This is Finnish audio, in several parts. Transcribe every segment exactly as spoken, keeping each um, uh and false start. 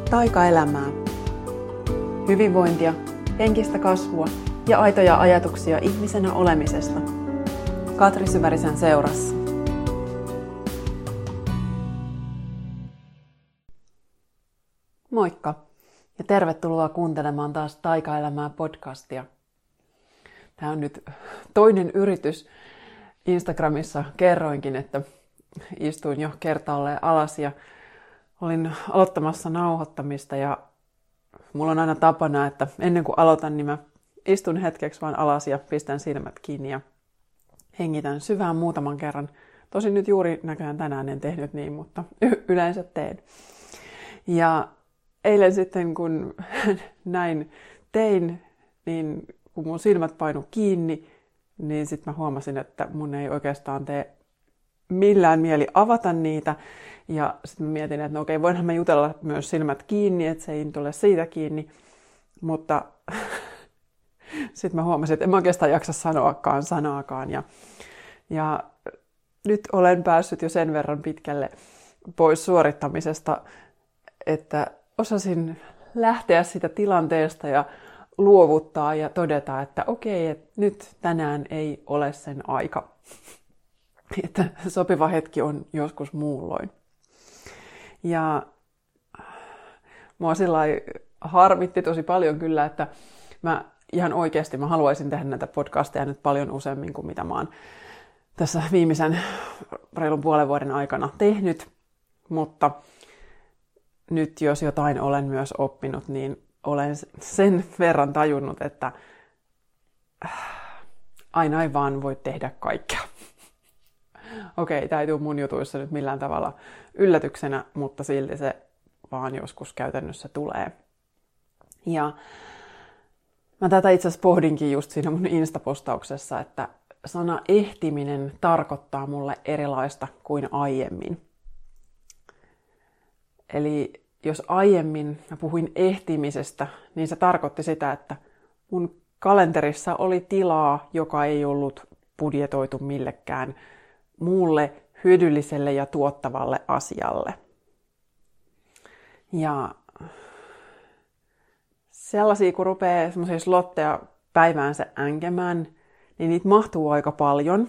taikaelämää. Hyvinvointia, henkistä kasvua ja aitoja ajatuksia ihmisenä olemisesta. Katri Syvärisen seurassa. Moikka ja tervetuloa kuuntelemaan taas Taikaelämää podcastia. Tämä on nyt toinen yritys. Instagramissa kerroinkin, että istuin jo kertaalleen alas ja olin aloittamassa nauhoittamista ja mulla on aina tapana, että ennen kuin aloitan, niin mä istun hetkeksi vaan alas ja pistän silmät kiinni ja hengitän syvään muutaman kerran. Tosin nyt juuri näköjään tänään en tehnyt niin, mutta y- yleensä teen. Ja eilen sitten kun näin tein, niin kun mun silmät painu kiinni, niin sitten mä huomasin, että mun ei oikeastaan tee millään mieli avata niitä. Ja sitten mä mietin, että no okei, voinhan mä jutella myös silmät kiinni, että se ei tule siitä kiinni. Mutta sitten mä huomasin, että en mä oikeastaan jaksa sanoakaan sanaakaan. Ja, ja nyt olen päässyt jo sen verran pitkälle pois suorittamisesta, että osasin lähteä siitä tilanteesta ja luovuttaa ja todeta, että okei, että nyt tänään ei ole sen aika. Että sopiva hetki on joskus muulloin. Ja mua sillai harmitti tosi paljon kyllä, että mä ihan oikeasti mä haluaisin tehdä näitä podcasteja nyt paljon useammin kuin mitä mä oon tässä viimeisen reilun puolen vuoden aikana tehnyt. Mutta nyt jos jotain olen myös oppinut, niin olen sen verran tajunnut, että aina ei vaan voi tehdä kaikkea. Okei, tämä ei tule mun jutuissa nyt millään tavalla yllätyksenä, mutta silti se vaan joskus käytännössä tulee. Ja mä tätä itse asiassa pohdinkin just siinä mun Insta-postauksessa, että sana ehtiminen tarkoittaa mulle erilaista kuin aiemmin. Eli jos aiemmin mä puhuin ehtimisestä, niin se tarkoitti sitä, että mun kalenterissa oli tilaa, joka ei ollut budjetoitu millekään muulle hyödylliselle ja tuottavalle asialle. Ja sellaisia, kun rupeaa semmoisia slotteja päiväänsä änkemään, niin niitä mahtuu aika paljon.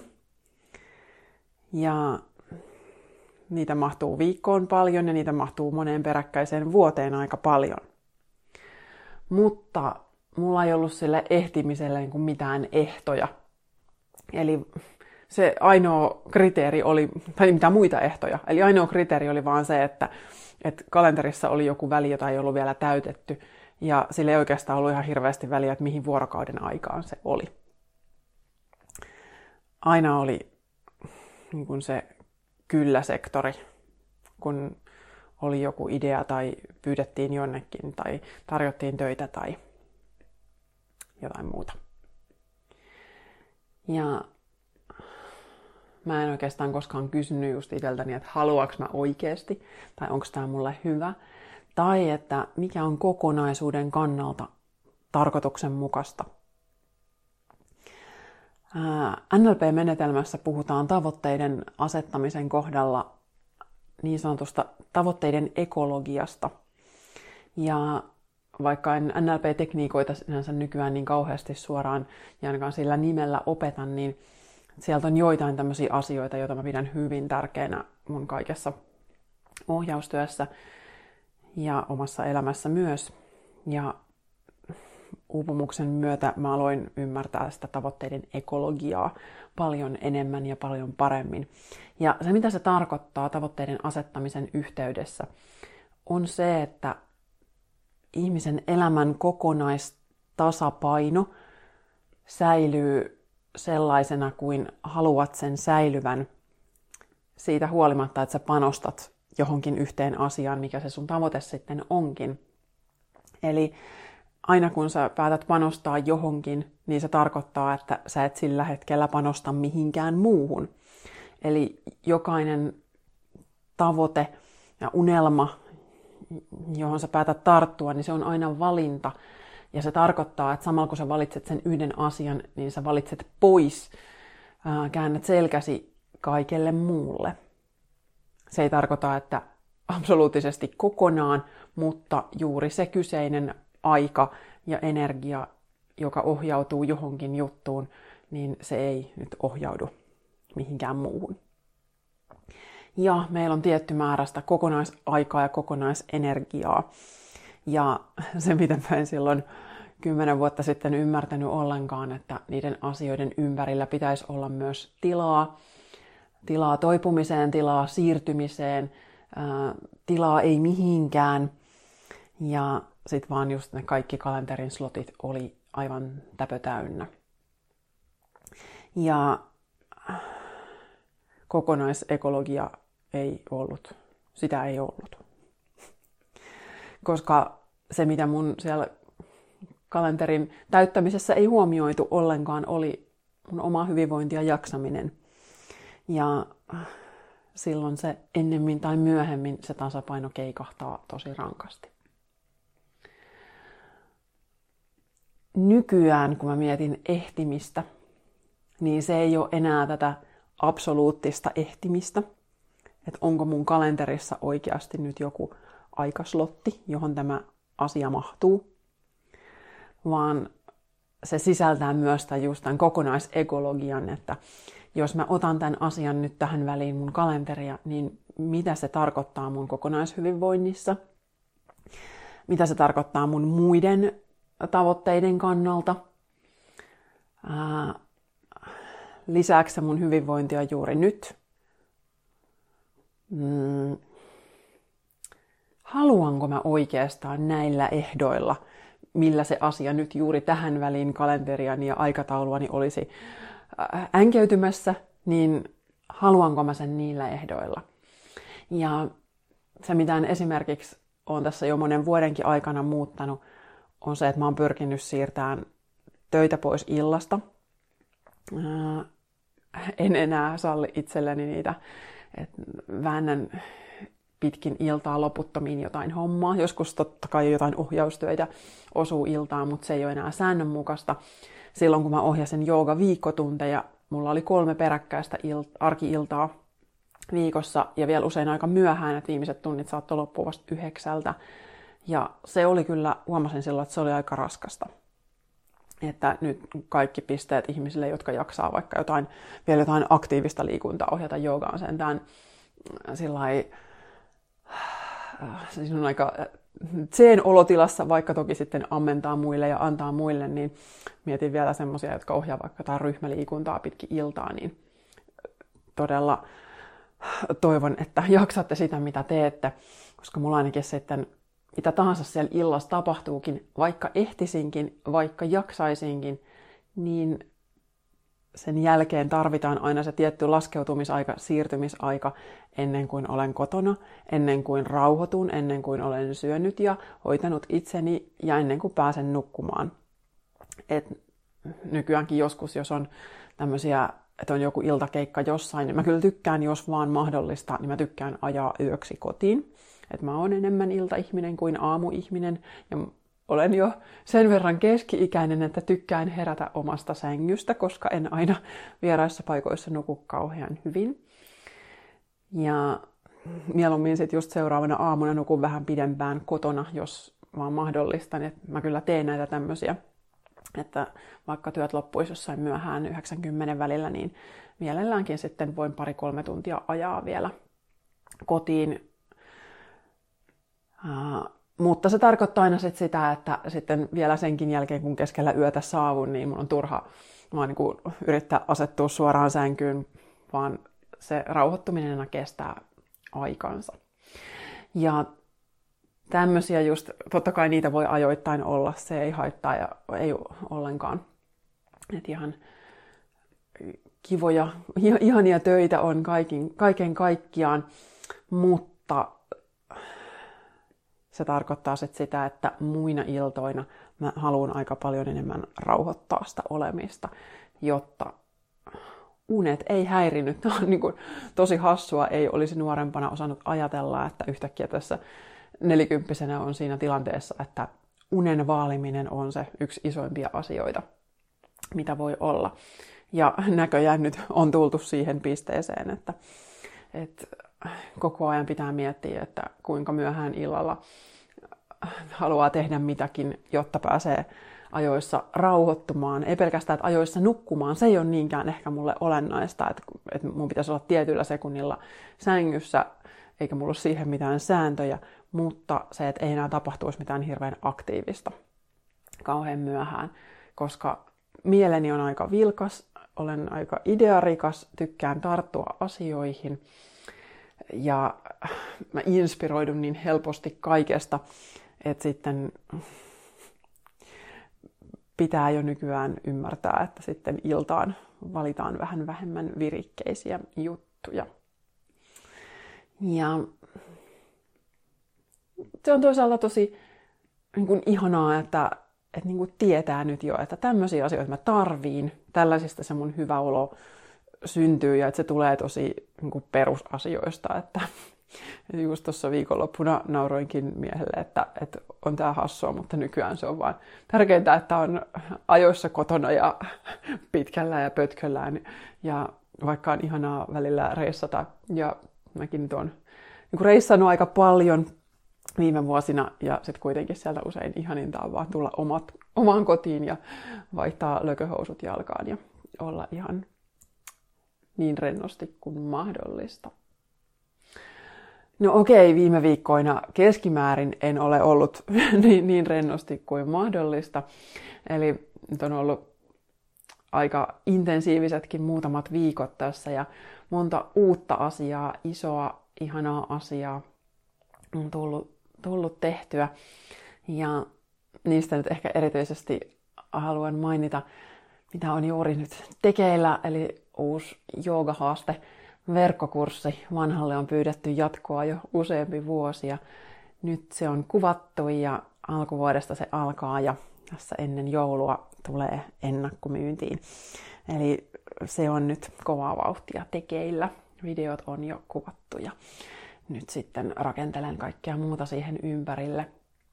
Ja niitä mahtuu viikkoon paljon ja niitä mahtuu moneen peräkkäiseen vuoteen aika paljon. Mutta mulla ei ollut sille ehtimiselle niin kuin mitään ehtoja. Eli se ainoa kriteeri oli, tai mitä muita ehtoja, eli ainoa kriteeri oli vaan se, että, että kalenterissa oli joku väli, jota ei ollut vielä täytetty, ja sillä ei oikeastaan ollut ihan hirveästi väliä, että mihin vuorokauden aikaan se oli. Aina oli niin kuin se kyllä-sektori, kun oli joku idea tai pyydettiin jonnekin tai tarjottiin töitä tai jotain muuta. Ja mä en oikeastaan koskaan kysynyt just itseltäni, että haluanko mä oikeasti, tai onko tämä mulle hyvä, tai että mikä on kokonaisuuden kannalta tarkoituksenmukaista. N L P-menetelmässä puhutaan tavoitteiden asettamisen kohdalla niin sanotusta tavoitteiden ekologiasta. Ja vaikka en N L P-tekniikoita sinänsä nykyään niin kauheasti suoraan ja ainakaan sillä nimellä opeta, niin sieltä on joitain tämmöisiä asioita, joita mä pidän hyvin tärkeänä mun kaikessa ohjaustyössä ja omassa elämässä myös. Ja uupumuksen myötä mä aloin ymmärtää sitä tavoitteiden ekologiaa paljon enemmän ja paljon paremmin. Ja se, mitä se tarkoittaa tavoitteiden asettamisen yhteydessä, on se, että ihmisen elämän kokonaistasapaino säilyy sellaisena kuin haluat sen säilyvän siitä huolimatta, että sä panostat johonkin yhteen asiaan, mikä se sun tavoite sitten onkin. Eli aina kun sä päätät panostaa johonkin, niin se tarkoittaa, että sä et sillä hetkellä panosta mihinkään muuhun. Eli jokainen tavoite ja unelma, johon sä päätät tarttua, niin se on aina valinta. Ja se tarkoittaa, että samalla kun sä valitset sen yhden asian, niin sä valitset pois, ää, käännät selkäsi kaikelle muulle. Se ei tarkoita, että absoluuttisesti kokonaan, mutta juuri se kyseinen aika ja energia, joka ohjautuu johonkin juttuun, niin se ei nyt ohjaudu mihinkään muuhun. Ja meillä on tietty määrä sitä kokonaisaikaa ja kokonaisenergiaa. Ja se, mitä mä en silloin kymmenen vuotta sitten ymmärtänyt ollenkaan, että niiden asioiden ympärillä pitäisi olla myös tilaa, tilaa toipumiseen, tilaa siirtymiseen, ää, tilaa ei mihinkään. Ja sitten vaan just ne kaikki kalenterin slotit oli aivan täpötäynnä. Ja kokonaisekologia ei ollut. Sitä ei ollut. Koska se, mitä mun siellä kalenterin täyttämisessä ei huomioitu ollenkaan, oli mun oma hyvinvointi ja jaksaminen. Ja silloin se ennemmin tai myöhemmin se tasapaino keikahtaa tosi rankasti. Nykyään, kun mä mietin ehtimistä, niin se ei ole enää tätä absoluuttista ehtimistä, että onko mun kalenterissa oikeasti nyt joku aikaslotti, johon tämä asia mahtuu, vaan se sisältää myös tämän, just tämän kokonaisekologian, että jos mä otan tämän asian nyt tähän väliin mun kalenteria, niin mitä se tarkoittaa mun kokonaishyvinvoinnissa, mitä se tarkoittaa mun muiden tavoitteiden kannalta. Ää, lisääkö se mun hyvinvointia juuri nyt? Hmm. Haluanko mä oikeastaan näillä ehdoilla, millä se asia nyt juuri tähän väliin kalenteriani ja aikatauluani olisi änkeytymässä, niin haluanko mä sen niillä ehdoilla? Ja se, mitä esimerkiksi olen tässä jo monen vuodenkin aikana muuttanut, on se, että mä oon pyrkinyt siirtämään töitä pois illasta. Ää, en enää salli itselleni niitä, että väännän pitkin iltaa loputtomiin jotain hommaa. Joskus totta kai jotain ohjaustöitä osuu iltaan, mutta se ei ole enää säännönmukaista. Silloin kun mä ohjasin jooga-viikkotunteja, mulla oli kolme peräkkäistä il- arki-iltaa viikossa ja vielä usein aika myöhään, että viimeiset tunnit saattoi loppua vasta yhdeksältä. Ja se oli kyllä, huomasin silloin, että se oli aika raskasta. Että nyt kaikki pisteet ihmisille, jotka jaksaa vaikka jotain, vielä jotain aktiivista liikuntaa ohjata joogaan sentään sillai, siis on aika zen olotilassa, vaikka toki sitten ammentaa muille ja antaa muille, niin mietin vielä semmoisia, jotka ohjaa vaikka jotain ryhmäliikuntaa pitkin iltaa, niin todella toivon, että jaksatte sitä, mitä teette, koska mulla ainakin sitten mitä tahansa siellä illassa tapahtuukin, vaikka ehtisinkin, vaikka jaksaisinkin, niin sen jälkeen tarvitaan aina se tietty laskeutumisaika, siirtymisaika ennen kuin olen kotona, ennen kuin rauhoitun, ennen kuin olen syönyt ja hoitanut itseni ja ennen kuin pääsen nukkumaan. Et nykyäänkin joskus, jos on tämmöisiä, että on joku iltakeikka jossain, niin mä kyllä tykkään, jos vaan mahdollista, niin mä tykkään ajaa yöksi kotiin. Että mä oon enemmän iltaihminen kuin aamuihminen ja olen jo sen verran keski-ikäinen, että tykkään herätä omasta sängystä, koska en aina vieraissa paikoissa nuku kauhean hyvin. Ja mieluummin sitten just seuraavana aamuna nukun vähän pidempään kotona, jos vaan mahdollista. Et mä kyllä teen näitä tämmöisiä, että vaikka työt loppuisi jossain myöhään yhdeksänkymmentä välillä, niin mielelläänkin sitten voin pari-kolme tuntia ajaa vielä kotiin. Uh, mutta se tarkoittaa aina sit sitä, että sitten vielä senkin jälkeen, kun keskellä yötä saavun, niin mun on turha vaan niin kuin yrittää asettua suoraan sänkyyn, vaan se rauhoittuminen aina kestää aikansa. Ja tämmöisiä just, totta kai niitä voi ajoittain olla, se ei haittaa ja ei ollenkaan. Et ihan kivoja, ihania töitä on kaiken, kaiken kaikkiaan, mutta se tarkoittaa sit sitä, että muina iltoina mä haluan aika paljon enemmän rauhoittaa sitä olemista, jotta unet ei häirinyt. Tämä on niin kuin tosi hassua, ei olisi nuorempana osannut ajatella, että yhtäkkiä tässä nelikymppisenä on siinä tilanteessa, että unen vaaliminen on se yksi isoimpia asioita, mitä voi olla. Ja näköjään nyt on tultu siihen pisteeseen, että, että koko ajan pitää miettiä, että kuinka myöhään illalla haluaa tehdä mitäkin, jotta pääsee ajoissa rauhoittumaan. Ei pelkästään, että ajoissa nukkumaan. Se ei ole niinkään ehkä mulle olennaista, että, että mun pitäisi olla tietyllä sekunnilla sängyssä, eikä mulla ole siihen mitään sääntöjä, mutta se, että ei enää tapahtuisi mitään hirveän aktiivista kauhean myöhään, koska mieleni on aika vilkas, olen aika idearikas, tykkään tarttua asioihin ja mä inspiroidun niin helposti kaikesta, että sitten pitää jo nykyään ymmärtää, että sitten iltaan valitaan vähän vähemmän virikkeisiä juttuja. Ja se on toisaalta tosi niin kuin ihanaa, että, että niin kuin tietää nyt jo, että tämmöisiä asioita mä tarviin. Tällaisista se mun hyvä olo syntyy ja että se tulee tosi niin kuin perusasioista. Että just tuossa viikonloppuna nauroinkin miehelle, että, että on tää hassua, mutta nykyään se on vaan tärkeintä, että on ajoissa kotona ja pitkällä ja pötköllään. Ja vaikka on ihanaa välillä reissata. Ja mäkin nyt oon niin kuin reissannut aika paljon viime vuosina ja sitten kuitenkin sieltä usein ihaninta on vaan tulla omat, omaan kotiin ja vaihtaa lököhousut jalkaan ja olla ihan niin rennosti kuin mahdollista. No okei, viime viikkoina keskimäärin en ole ollut niin, niin rennosti kuin mahdollista. Eli nyt on ollut aika intensiivisetkin muutamat viikot tässä ja monta uutta asiaa, isoa, ihanaa asiaa on tullut, tullut tehtyä. Ja niistä nyt ehkä erityisesti haluan mainita, mitä on juuri nyt tekeillä, eli uusi joogahaaste. Verkkokurssi. Vanhalle on pyydetty jatkoa jo useampi vuosi ja nyt se on kuvattu ja alkuvuodesta se alkaa ja tässä ennen joulua tulee ennakkomyyntiin. Eli se on nyt kovaa vauhtia tekeillä. Videot on jo kuvattu ja nyt sitten rakentelen kaikkea muuta siihen ympärille.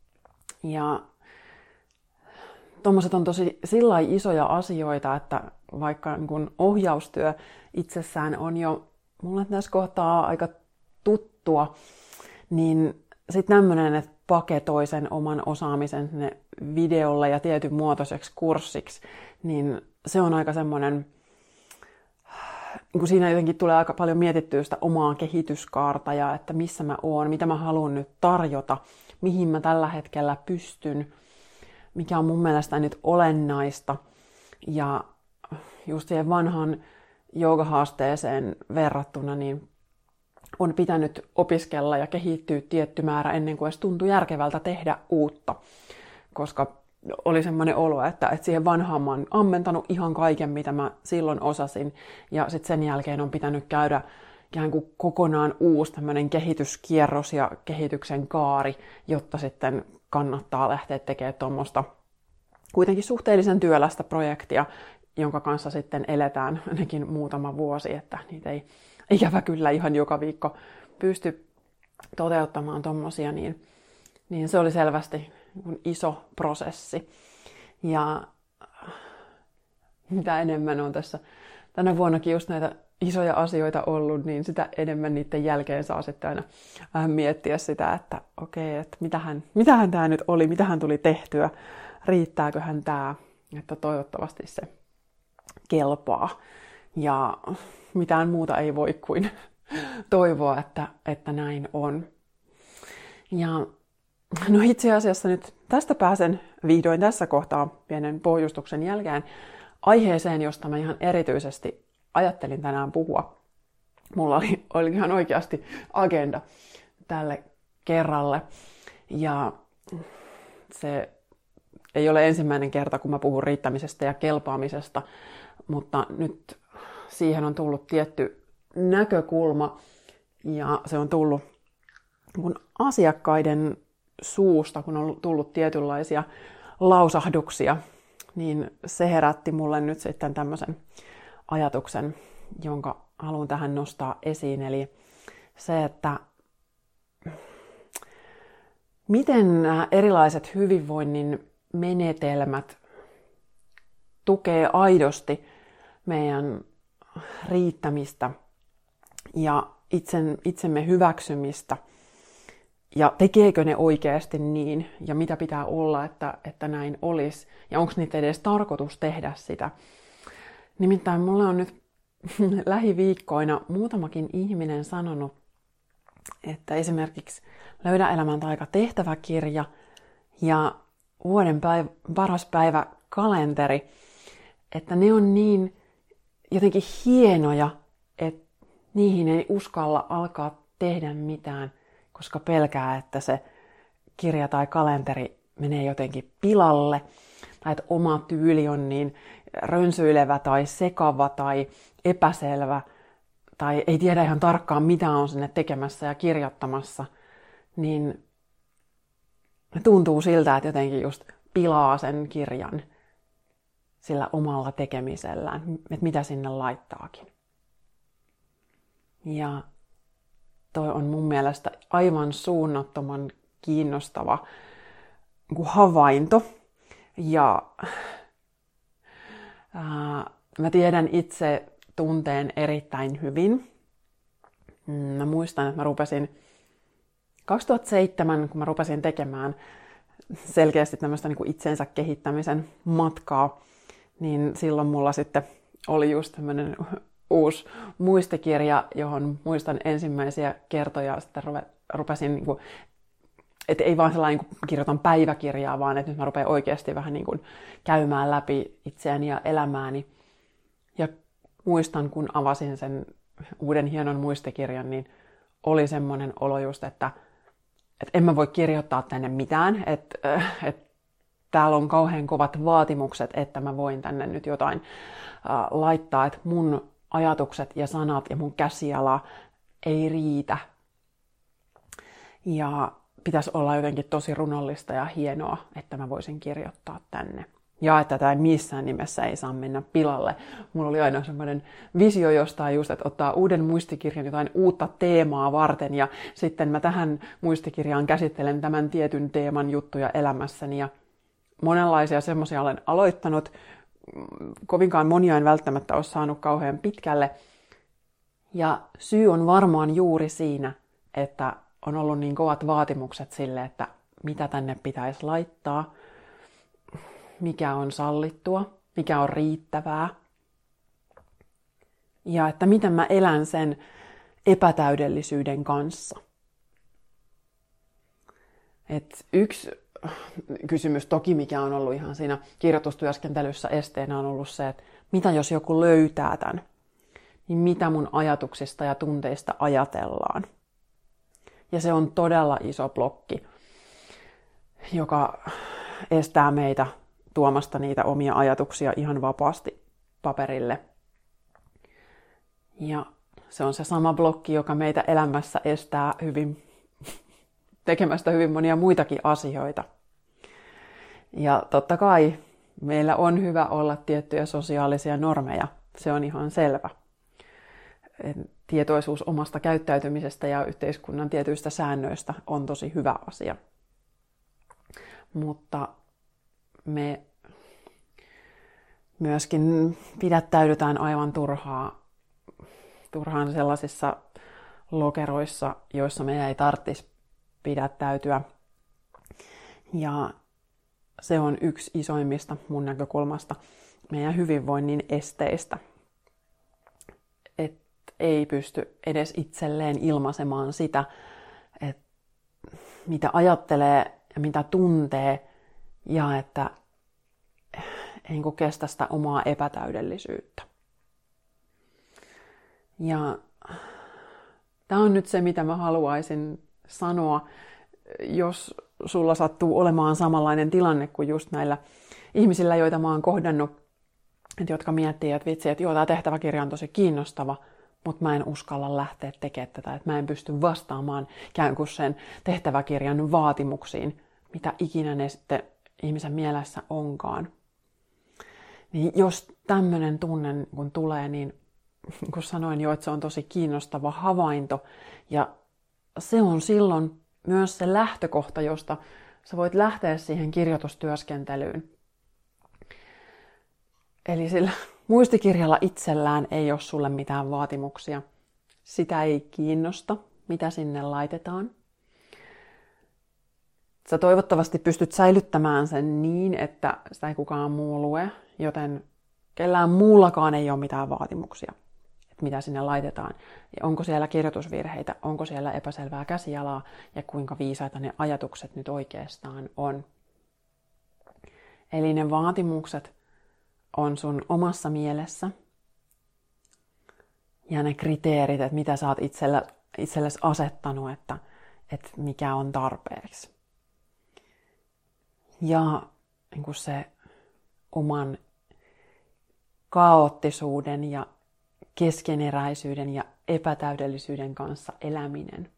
Ja tuommoiset on tosi sillä isoja asioita, että vaikka niin kun ohjaustyö itsessään on jo mulle tässä kohtaa aika tuttua, niin sitten tämmöinen, että paketoi sen oman osaamisen sinne videolle ja tietyn muotoiseksi kurssiksi, niin se on aika semmoinen, niin kun siinä jotenkin tulee aika paljon mietittyä sitä omaa kehityskaarta ja että missä mä oon, mitä mä haluan nyt tarjota, mihin mä tällä hetkellä pystyn, mikä on mun mielestä nyt olennaista. Ja just siihen vanhaan joogahaasteeseen verrattuna, niin on pitänyt opiskella ja kehittyä tietty määrä ennen kuin edes tuntui järkevältä tehdä uutta. Koska oli semmoinen olo, että, että siihen vanhaan mä oon ammentanut ihan kaiken, mitä mä silloin osasin. Ja sitten sen jälkeen on pitänyt käydä ikään kuin kokonaan uusi tämmöinen kehityskierros ja kehityksen kaari, jotta sitten kannattaa lähteä tekemään tuommoista kuitenkin suhteellisen työlästä projektia, jonka kanssa sitten eletään ainakin muutama vuosi, että niitä ei ikävä kyllä ihan joka viikko pysty toteuttamaan tommosia, niin, niin se oli selvästi iso prosessi. Ja mitä enemmän on tässä tänä vuonnakin just näitä isoja asioita ollut, niin sitä enemmän niiden jälkeen saa sitten aina vähän miettiä sitä, että okei, että mitähän, mitähän tämä nyt oli, mitähän tuli tehtyä, riittääköhän tämä, että toivottavasti se kelpaa. Ja mitään muuta ei voi kuin toivoa, että, että näin on. Ja no itse asiassa nyt tästä pääsen vihdoin tässä kohtaa pienen pohjustuksen jälkeen aiheeseen, josta mä ihan erityisesti ajattelin tänään puhua. Mulla oli, oli ihan oikeasti agenda tälle kerralle. Ja se ei ole ensimmäinen kerta, kun mä puhun riittämisestä ja kelpaamisesta, mutta nyt siihen on tullut tietty näkökulma ja se on tullut kun asiakkaiden suusta, kun on tullut tietynlaisia lausahduksia, niin se herätti mulle nyt sitten tämmöisen ajatuksen, jonka haluan tähän nostaa esiin. Eli se, että miten nämä erilaiset hyvinvoinnin menetelmät tukee aidosti meidän riittämistä ja itsen, itsemme hyväksymistä ja tekeekö ne oikeasti niin ja mitä pitää olla, että, että näin olisi ja onko niitä edes tarkoitus tehdä sitä. Nimittäin mulle on nyt lähiviikkoina muutamakin ihminen sanonut, että esimerkiksi Löydä elämän taika -tehtäväkirja ja vuoden päivä, paras päivä -kalenteri, että ne on niin jotenkin hienoja, että niihin ei uskalla alkaa tehdä mitään, koska pelkää, että se kirja tai kalenteri menee jotenkin pilalle, tai että oma tyyli on niin rönsyilevä tai sekava tai epäselvä, tai ei tiedä ihan tarkkaan, mitä on sinne tekemässä ja kirjoittamassa, niin tuntuu siltä, että jotenkin just pilaa sen kirjan sillä omalla tekemisellään, että mitä sinne laittaakin. Ja toi on mun mielestä aivan suunnattoman kiinnostava havainto. Ja ää, mä tiedän itse tunteen erittäin hyvin. Mä muistan, että mä rupesin kaksituhattaseitsemän, kun mä rupesin tekemään selkeästi tämmöistä niin kuin itsensä kehittämisen matkaa, niin silloin mulla sitten oli just tämmöinen uusi muistikirja, johon muistan ensimmäisiä kertoja sitten rupesin, niin kuin, että ei vaan sellainen niin kuin kirjoitan päiväkirjaa, vaan että nyt mä rupean oikeasti vähän niin kuin käymään läpi itseäni ja elämääni. Ja muistan, kun avasin sen uuden hienon muistikirjan, niin oli semmoinen olo just, että, että en mä voi kirjoittaa tänne mitään, että, että täällä on kauhean kovat vaatimukset, että mä voin tänne nyt jotain äh, laittaa, että mun ajatukset ja sanat ja mun käsiala ei riitä. Ja pitäisi olla jotenkin tosi runollista ja hienoa, että mä voisin kirjoittaa tänne. Ja että tämä missään nimessä ei saa mennä pilalle. Mulla oli aina semmoinen visio jostain just, että ottaa uuden muistikirjan jotain uutta teemaa varten. Ja sitten mä tähän muistikirjaan käsittelen tämän tietyn teeman juttuja elämässäni. Ja monenlaisia semmoisia olen aloittanut. Kovinkaan monia en välttämättä ole saanut kauhean pitkälle. Ja syy on varmaan juuri siinä, että on ollut niin kovat vaatimukset sille, että mitä tänne pitäisi laittaa, mikä on sallittua, mikä on riittävää. Ja että miten mä elän sen epätäydellisyyden kanssa. Et yksi kysymys toki, mikä on ollut ihan siinä kirjoitustyöskentelyssä esteenä, on ollut se, että mitä jos joku löytää tämän, niin mitä mun ajatuksista ja tunteista ajatellaan. Ja se on todella iso blokki, joka estää meitä tuomasta niitä omia ajatuksia ihan vapaasti paperille. Ja se on se sama blokki, joka meitä elämässä estää hyvin, tekemästä hyvin monia muitakin asioita. Ja totta kai meillä on hyvä olla tiettyjä sosiaalisia normeja, se on ihan selvä. Tietoisuus omasta käyttäytymisestä ja yhteiskunnan tietyistä säännöistä on tosi hyvä asia. Mutta me myöskin pidättäydytään aivan turhaa, turhaan sellaisissa lokeroissa, joissa meidän ei tarvitsisi pidättäytyä. Ja se on yksi isoimmista mun näkökulmasta meidän hyvinvoinnin esteistä. Että ei pysty edes itselleen ilmaisemaan sitä, että mitä ajattelee ja mitä tuntee, ja että ei kestä sitä omaa epätäydellisyyttä. Ja tämä on nyt se, mitä mä haluaisin sanoa, jos sulla sattuu olemaan samanlainen tilanne kuin just näillä ihmisillä, joita mä oon kohdannut, jotka miettii, että vitsi, että joo, tämä tehtäväkirja on tosi kiinnostava, mutta mä en uskalla lähteä tekemään tätä, että mä en pysty vastaamaan ikään kuin sen tehtäväkirjan vaatimuksiin, mitä ikinä ne sitten ihmisen mielessä onkaan. Niin jos tämmöinen tunne kun tulee, niin kun sanoin jo, että se on tosi kiinnostava havainto, ja se on silloin myös se lähtökohta, josta sä voit lähteä siihen kirjoitustyöskentelyyn. Eli sillä muistikirjalla itsellään ei ole sulle mitään vaatimuksia. sitä ei kiinnosta, mitä sinne laitetaan. Sä toivottavasti pystyt säilyttämään sen niin, että sitä ei kukaan muu lue, joten kellään muullakaan ei ole mitään vaatimuksia, että mitä sinne laitetaan. Ja onko siellä kirjoitusvirheitä, onko siellä epäselvää käsialaa ja kuinka viisaita ne ajatukset nyt oikeastaan on. Eli ne vaatimukset on sun omassa mielessä ja ne kriteerit, että mitä sä oot itselle, itsellesi asettanut, että, että mikä on tarpeeksi. Ja niin kuin se oman kaoottisuuden ja keskeneräisyyden ja epätäydellisyyden kanssa eläminen.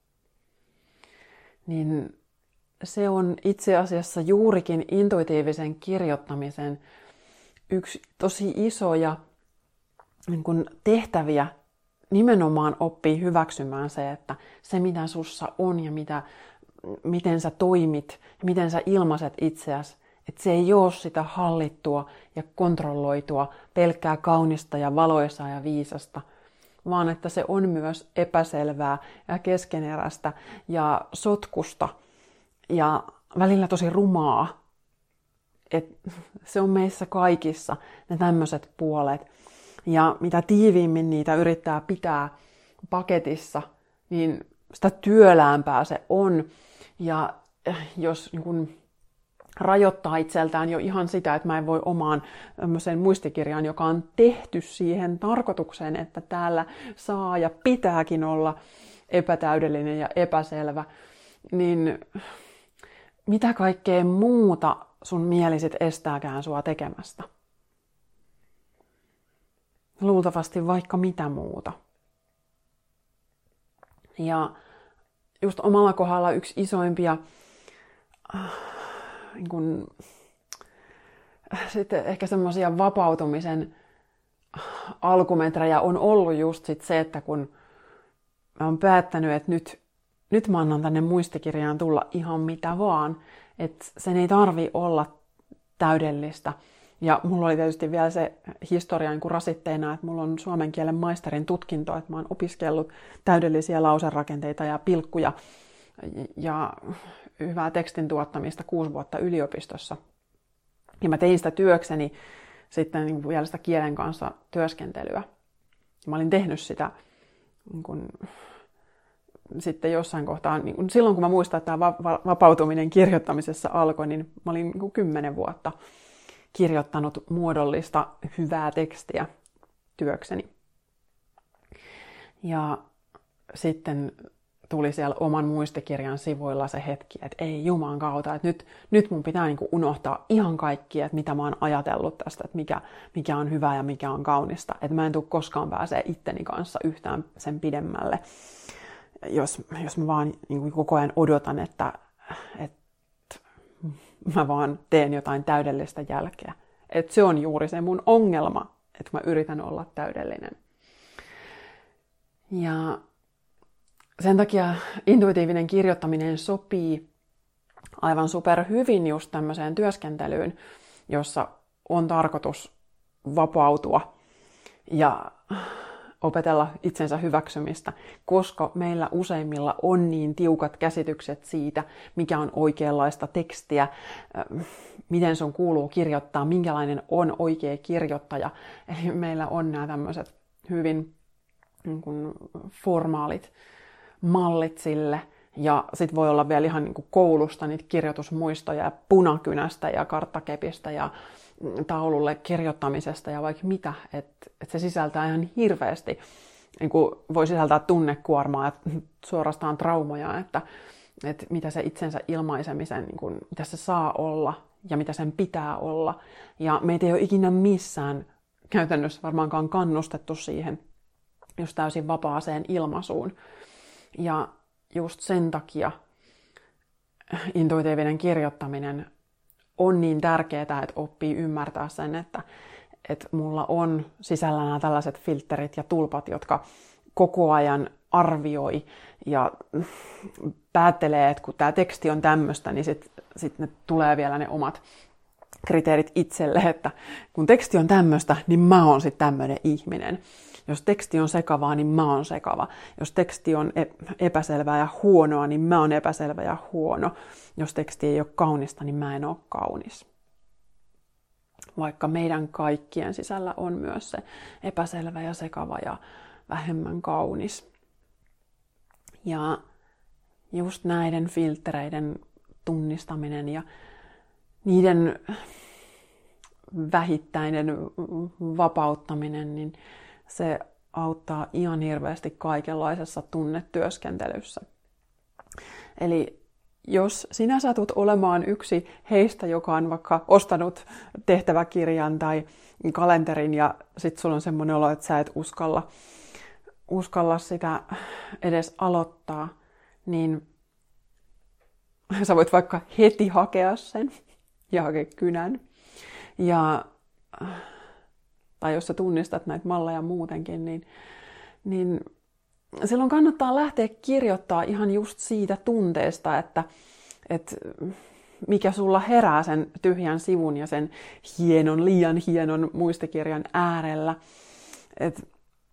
Niin se on itse asiassa juurikin intuitiivisen kirjoittamisen yksi tosi isoja niin kuin tehtäviä nimenomaan oppii hyväksymään se, että se mitä sussa on ja mitä, miten sä toimit ja miten sä ilmaiset itseäsi, että se ei ole sitä hallittua ja kontrolloitua, pelkkää kaunista ja valoisaa ja viisasta, vaan että se on myös epäselvää ja keskeneräistä ja sotkusta ja välillä tosi rumaa. Et se on meissä kaikissa ne tämmöiset puolet. Ja mitä tiiviimmin niitä yrittää pitää paketissa, niin sitä työläämpää se on. Ja jos niin kun rajoittaa itseltään jo ihan sitä, että mä en voi omaan muistikirjaan, joka on tehty siihen tarkoitukseen, että täällä saa ja pitääkin olla epätäydellinen ja epäselvä, niin mitä kaikkea muuta sun mieli sit estääkään sua tekemästä? Luultavasti vaikka mitä muuta. Ja just omalla kohdalla yksi isoimpia äh, niin kun, äh, sitten ehkä semmoisia vapautumisen alkumetrejä on ollut just sit se, että kun mä oon päättänyt, että nyt, nyt mä annan tänne muistikirjaan tulla ihan mitä vaan, että sen ei tarvi olla täydellistä. Ja mulla oli tietysti vielä se historia niin kuin rasitteena, että mulla on suomen kielen maisterin tutkinto, että mä oon opiskellut täydellisiä lauserakenteita ja pilkkuja ja hyvää tekstin tuottamista kuusi vuotta yliopistossa. Ja mä tein sitä työkseni sitten niin kuin vielä sitä kielen kanssa työskentelyä. Ja mä olin tehnyt sitä niin kuin, sitten jossain kohtaa, niin kuin silloin kun mä muistan, että tämä vapautuminen kirjoittamisessa alkoi, niin mä olin niin kuin kymmenen vuotta kirjoittanut muodollista hyvää tekstiä työkseni. Ja sitten tuli siellä oman muistikirjan sivuilla se hetki, että ei juman kautta, että nyt, nyt mun pitää niinku unohtaa ihan kaikki, että mitä mä oon ajatellut tästä, että mikä, mikä on hyvää ja mikä on kaunista. Että mä en tule koskaan pääsee itteni kanssa yhtään sen pidemmälle, jos, jos mä vaan niinku koko ajan odotan, että, että mä vaan teen jotain täydellistä jälkeä. Että se on juuri se mun ongelma, että mä yritän olla täydellinen. Ja sen takia intuitiivinen kirjoittaminen sopii aivan super hyvin just tämmöiseen työskentelyyn, jossa on tarkoitus vapautua ja opetella itsensä hyväksymistä, koska meillä useimmilla on niin tiukat käsitykset siitä, mikä on oikeanlaista tekstiä, miten sun kuuluu kirjoittaa, minkälainen on oikea kirjoittaja. Eli meillä on nämä tämmöiset hyvin niin kuin formaalit mallit sille. Ja sit voi olla vielä ihan niin kuin koulusta niitä kirjoitusmuistoja ja punakynästä ja karttakepistä ja taululle kirjoittamisesta ja vaikka mitä, että et se sisältää ihan hirveästi, niin kuin voi sisältää tunnekuormaa ja suorastaan traumoja, että et mitä se itsensä ilmaisemisen, niin kuin, mitä se saa olla ja mitä sen pitää olla. Ja meitä ei ole ikinä missään käytännössä varmaankaan kannustettu siihen just täysin vapaaseen ilmaisuun. Ja just sen takia intuitiivinen kirjoittaminen on niin tärkeää, että oppii ymmärtää sen, että, että mulla on sisällä nämä tällaiset filterit ja tulpat, jotka koko ajan arvioi ja päättelee, että kun tämä teksti on tämmöistä, niin sitten sit ne tulee vielä ne omat kriteerit itselle, että kun teksti on tämmöistä, niin mä oon sitten tämmöinen ihminen. Jos teksti on sekavaa, niin mä oon sekava. Jos teksti on epäselvää ja huonoa, niin mä oon epäselvä ja huono. Jos teksti ei ole kaunista, niin mä en ole kaunis. Vaikka meidän kaikkien sisällä on myös se epäselvä ja sekava ja vähemmän kaunis. Ja just näiden filtreiden tunnistaminen ja niiden vähittäinen vapauttaminen, niin se auttaa ihan hirveästi kaikenlaisessa tunnetyöskentelyssä. Eli jos sinä satut olemaan yksi heistä, joka on vaikka ostanut tehtäväkirjan tai kalenterin ja sit sulla on semmoinen olo, että sä et uskalla, uskalla sitä edes aloittaa, niin sä voit vaikka heti hakea sen ja hakea kynän. Ja, tai jos sä tunnistat näitä malleja muutenkin, niin, niin silloin kannattaa lähteä kirjoittaa ihan just siitä tunteesta, että, että mikä sulla herää sen tyhjän sivun ja sen hienon, liian hienon muistikirjan äärellä. Et,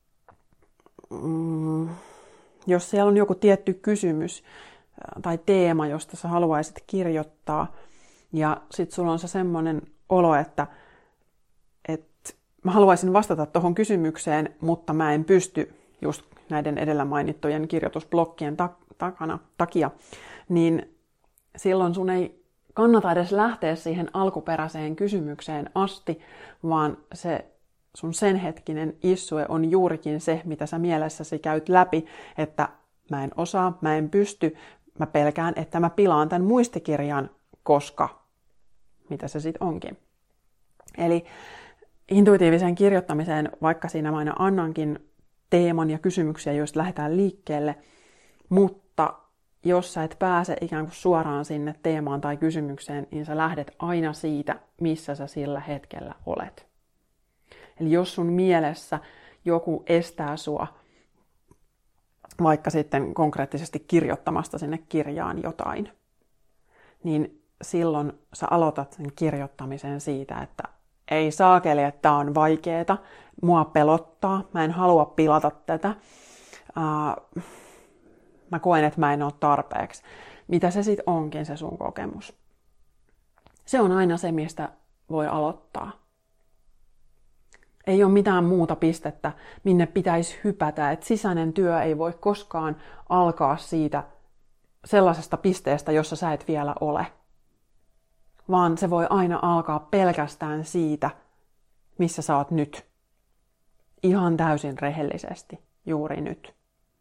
mm, jos siellä on joku tietty kysymys tai teema, josta sä haluaisit kirjoittaa, ja sit sulla on se semmoinen olo, että, että mä haluaisin vastata tuohon kysymykseen, mutta mä en pysty just näiden edellä mainittujen kirjoitusblokkien takana, takia, niin silloin sun ei kannata edes lähteä siihen alkuperäiseen kysymykseen asti, vaan se sun sen hetkinen issue on juurikin se, mitä sä mielessäsi käyt läpi, että mä en osaa, mä en pysty, mä pelkään, että mä pilaan tämän muistikirjan, koska mitä se sitten onkin. Eli intuitiiviseen kirjoittamiseen, vaikka siinä mä aina annankin teeman ja kysymyksiä, joista lähdetään liikkeelle, mutta jos sä et pääse ikään kuin suoraan sinne teemaan tai kysymykseen, niin sä lähdet aina siitä, missä sä sillä hetkellä olet. Eli jos sun mielessä joku estää sua vaikka sitten konkreettisesti kirjoittamasta sinne kirjaan jotain, niin silloin sä aloitat sen kirjoittamisen siitä, että ei saakeli, että tää on vaikeeta, mua pelottaa, mä en halua pilata tätä, uh, mä koen, että mä en ole tarpeeksi. Mitä se sitten onkin se sun kokemus? Se on aina se, mistä voi aloittaa. Ei ole mitään muuta pistettä, minne pitäisi hypätä, että sisäinen työ ei voi koskaan alkaa siitä sellaisesta pisteestä, jossa sä et vielä ole. Vaan se voi aina alkaa pelkästään siitä, missä sä oot nyt. Ihan täysin rehellisesti, juuri nyt.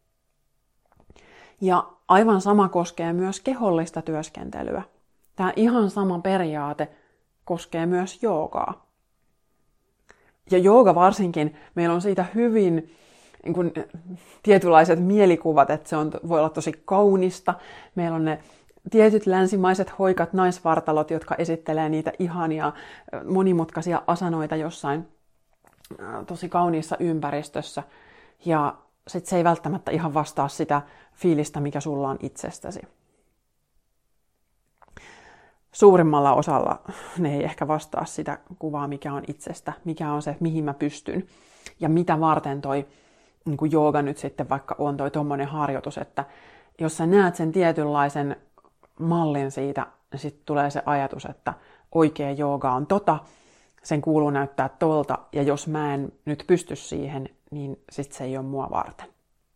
Ja aivan sama koskee myös kehollista työskentelyä. Tämä ihan sama periaate koskee myös joogaa. Ja jooga varsinkin, meillä on siitä hyvin niin kuin, tietynlaiset mielikuvat, että se on, voi olla tosi kaunista. Meillä on ne tietyt länsimaiset hoikat naisvartalot, jotka esittelee niitä ihania monimutkaisia asanoita jossain tosi kauniissa ympäristössä. Ja sit se ei välttämättä ihan vastaa sitä fiilistä, mikä sulla on itsestäsi. Suurimmalla osalla ne ei ehkä vastaa sitä kuvaa, mikä on itsestä, mikä on se, mihin mä pystyn. Ja mitä varten toi niin kuin jooga nyt sitten vaikka on toi tommonen harjoitus, että jos sä näet sen tietynlaisen mallin siitä, niin sitten tulee se ajatus, että oikea jooga on tota, sen kuuluu näyttää tolta, ja jos mä en nyt pysty siihen, niin sit se ei ole mua varten.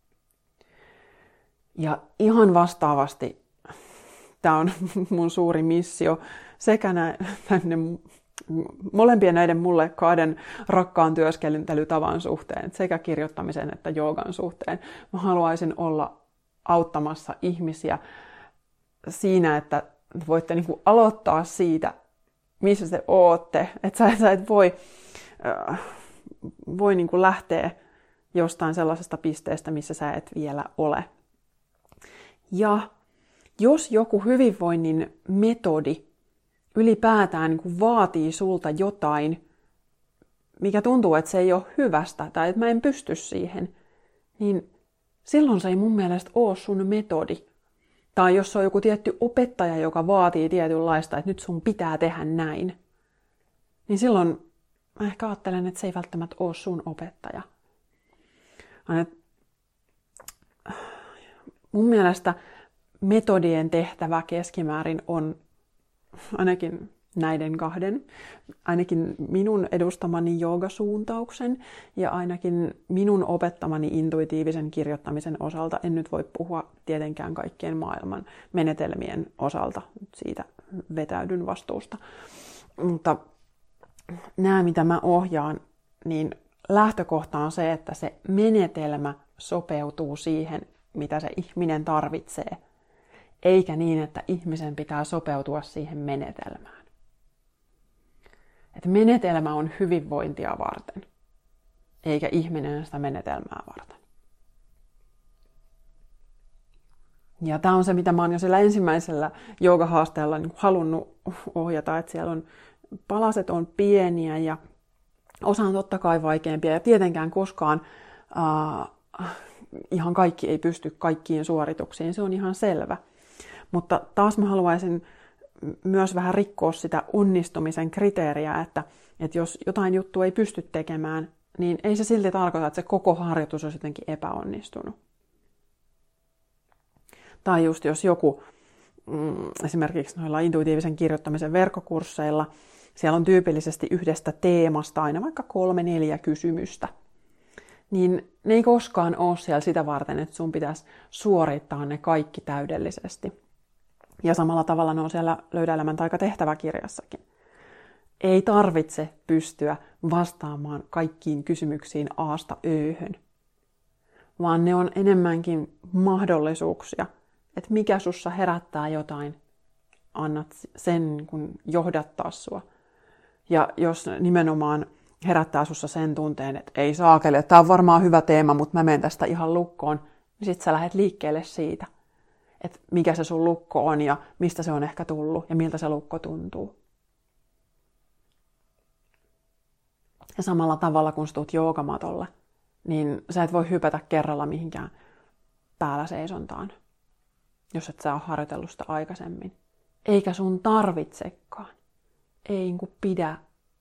Ja ihan vastaavasti, tämä on mun suuri missio, sekä näiden, molempien näiden mulle kahden rakkaan työskentelytavan suhteen, sekä kirjoittamisen että joogan suhteen. Mä haluaisin olla auttamassa ihmisiä siinä, että voitte niin kuin aloittaa siitä, missä te ootte. Että sä, sä et voi, äh, voi niin kuin lähteä jostain sellaisesta pisteestä, missä sä et vielä ole. Ja jos joku hyvinvoinnin metodi ylipäätään niin kuin vaatii sulta jotain, mikä tuntuu, että se ei ole hyvästä tai että mä en pysty siihen, niin silloin se ei mun mielestä ole sun metodi. Tai jos on joku tietty opettaja, joka vaatii tietynlaista, että nyt sun pitää tehdä näin, niin silloin mä ehkä ajattelen, että se ei välttämättä ole sun opettaja. Mun mielestä metodien tehtävä keskimäärin on ainakin näiden kahden, ainakin minun edustamani joogasuuntauksen ja ainakin minun opettamani intuitiivisen kirjoittamisen osalta. En nyt voi puhua tietenkään kaikkien maailman menetelmien osalta, siitä vetäydyn vastuusta. Mutta nämä, mitä mä ohjaan, niin lähtökohta on se, että se menetelmä sopeutuu siihen, mitä se ihminen tarvitsee, eikä niin, että ihmisen pitää sopeutua siihen menetelmään. Että menetelmä on hyvinvointia varten, eikä ihminen sitä menetelmää varten. Ja tämä on se, mitä mä oon jo sillä ensimmäisellä joogahaasteella niin halunnut ohjata, että siellä on palaset on pieniä ja osa on totta kai vaikeampia ja tietenkään koskaan äh, ihan kaikki ei pysty kaikkiin suorituksiin, se on ihan selvä. Mutta taas mä haluaisin myös vähän rikkoa sitä onnistumisen kriteeriä, että, että jos jotain juttua ei pysty tekemään, niin ei se silti tarkoita, että se koko harjoitus on jotenkin epäonnistunut. Tai just jos joku, mm, esimerkiksi noilla intuitiivisen kirjoittamisen verkkokursseilla, siellä on tyypillisesti yhdestä teemasta aina vaikka kolme, neljä kysymystä. Niin ne ei koskaan ole siellä sitä varten, että sun pitäisi suorittaa ne kaikki täydellisesti. Ja samalla tavalla ne on siellä Löydä elämän taika -tehtäväkirjassakin. Ei tarvitse pystyä vastaamaan kaikkiin kysymyksiin Aasta Ö:hön, vaan ne on enemmänkin mahdollisuuksia, että mikä sussa herättää jotain, annat sen kun johdattaa sua. Ja jos nimenomaan herättää sussa sen tunteen, että ei saakeli, että tämä on varmaan hyvä teema, mutta mä menen tästä ihan lukkoon, niin sit sä lähdet liikkeelle siitä, että mikä se sun lukko on ja mistä se on ehkä tullut ja miltä se lukko tuntuu. Ja samalla tavalla kun sä tuut joogamatolle, niin sä et voi hypätä kerralla mihinkään päällä seisontaan, jos et sä ole harjoitellut sitä aikaisemmin. Eikä sun tarvitsekaan. Ei niin pidä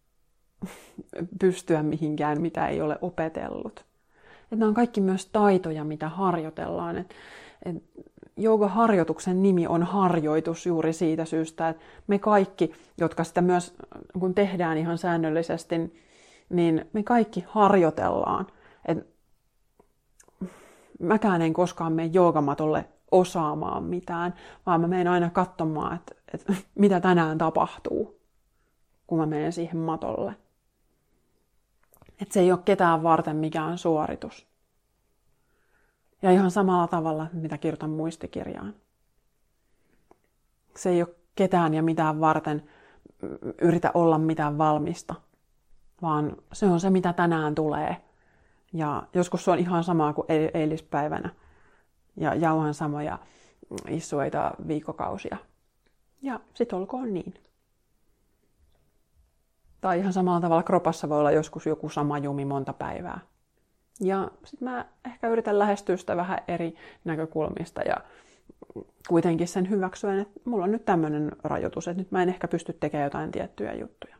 pystyä mihinkään, mitä ei ole opetellut. Että nämä on kaikki myös taitoja, mitä harjoitellaan. Et, et joogaharjoituksen nimi on harjoitus juuri siitä syystä, että me kaikki, jotka sitä myös kun tehdään ihan säännöllisesti, niin me kaikki harjoitellaan. Et mäkään en koskaan mene joogamatolle osaamaan mitään, vaan mä menen aina katsomaan, että, että mitä tänään tapahtuu, kun mä menen siihen matolle. Että se ei ole ketään varten mikään suoritus. Ja ihan samalla tavalla, mitä kirjoitan muistikirjaan. Se ei ole ketään ja mitään varten yritä olla mitään valmista, vaan se on se, mitä tänään tulee. Ja joskus se on ihan samaa kuin eilispäivänä. Ja jauhan samoja issueita viikkokausia. Ja sit olkoon niin. Tai ihan samalla tavalla kropassa voi olla joskus joku sama jumi monta päivää. Ja sit mä ehkä yritän lähestyä sitä vähän eri näkökulmista ja kuitenkin sen hyväksyen, että mulla on nyt tämmöinen rajoitus, että nyt mä en ehkä pysty tekemään jotain tiettyjä juttuja.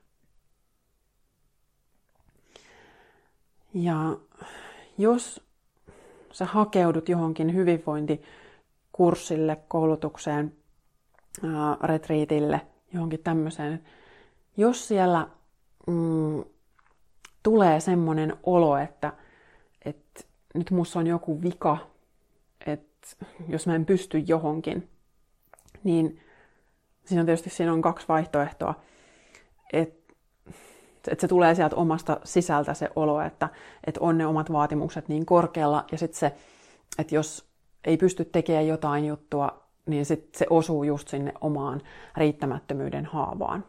Ja jos sä hakeudut johonkin hyvinvointikurssille, koulutukseen, ää, retriitille, johonkin tämmöiseen, jos siellä mm, tulee semmoinen olo, että, että nyt musta on joku vika, että jos mä en pysty johonkin, niin siinä on tietysti siinä on kaksi vaihtoehtoa. Että että se tulee sieltä omasta sisältä se olo, että, että on ne omat vaatimukset niin korkealla, ja sitten se, että jos ei pysty tekemään jotain juttua, niin sitten se osuu just sinne omaan riittämättömyyden haavaan.